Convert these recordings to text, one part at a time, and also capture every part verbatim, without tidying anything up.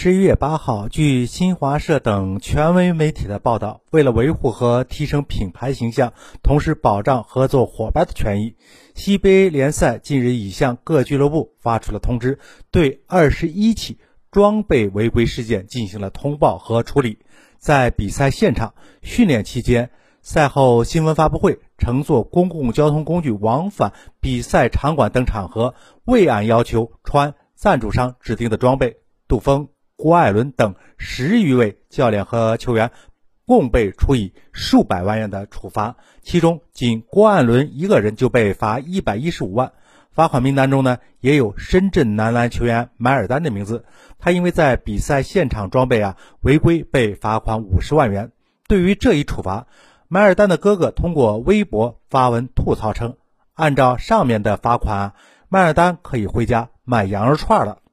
十一月八号，据新华社等权威媒体的报道，为了维护和提升品牌形象，同时保障合作伙伴的权益， C B A 联赛近日已向各俱乐部发出了通知，对二十一起装备违规事件进行了通报和处理。在比赛现场、训练期间、赛后新闻发布会、乘坐公共交通工具往返比赛场馆等场合，未按要求穿赞助商指定的装备，杜锋、郭艾伦等十余位教练和球员共被处以数百万元的处罚，其中仅郭艾伦一个人就被罚一百一十五万。罚款名单中呢，也有深圳男篮球员买尔丹的名字，他因为在比赛现场装备啊违规被罚款五十万元。对于这一处罚，买尔丹的哥哥通过微博发文吐槽称，按照上面的罚款啊，买尔丹可以回家买羊肉串了。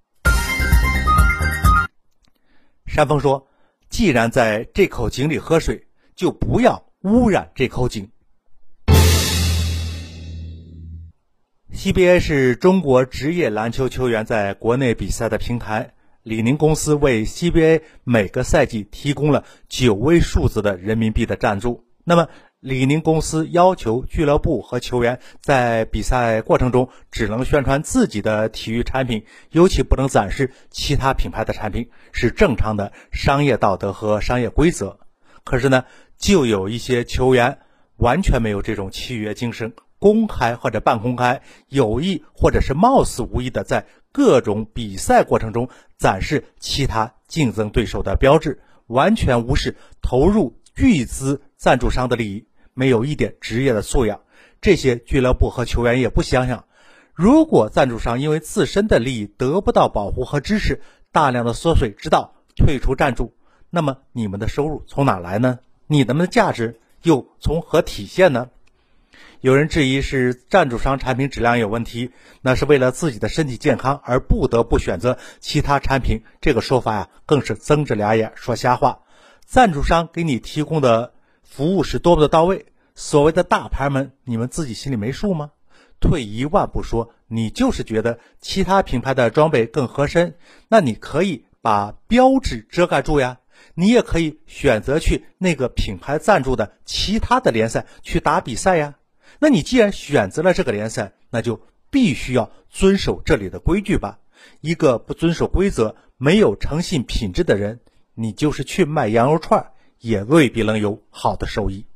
山峰说，既然在这口井里喝水，就不要污染这口井。C B A 是中国职业篮球球员在国内比赛的平台，李宁公司为 C B A 每个赛季提供了九位数字的人民币的赞助。那么李宁公司要求俱乐部和球员在比赛过程中只能宣传自己的体育产品，尤其不能展示其他品牌的产品，是正常的商业道德和商业规则。可是呢，就有一些球员完全没有这种契约精神，公开或者半公开，有意或者是貌似无意的在各种比赛过程中展示其他竞争对手的标志，完全无视投入巨资赞助商的利益，没有一点职业的素养。这些俱乐部和球员也不想想，如果赞助商因为自身的利益得不到保护和支持，大量的缩水直到退出赞助，那么你们的收入从哪来呢？你们的价值又从何体现呢？有人质疑是赞助商产品质量有问题，那是为了自己的身体健康而不得不选择其他产品，这个说法呀，更是睁着俩眼说瞎话。赞助商给你提供的服务是多么的到位，所谓的大牌们，你们自己心里没数吗？退一万步说，你就是觉得其他品牌的装备更合身，那你可以把标志遮盖住呀，你也可以选择去那个品牌赞助的其他的联赛去打比赛呀。那你既然选择了这个联赛，那就必须要遵守这里的规矩吧。一个不遵守规则、没有诚信品质的人，你就是去卖羊肉串，也未必能有好的收益。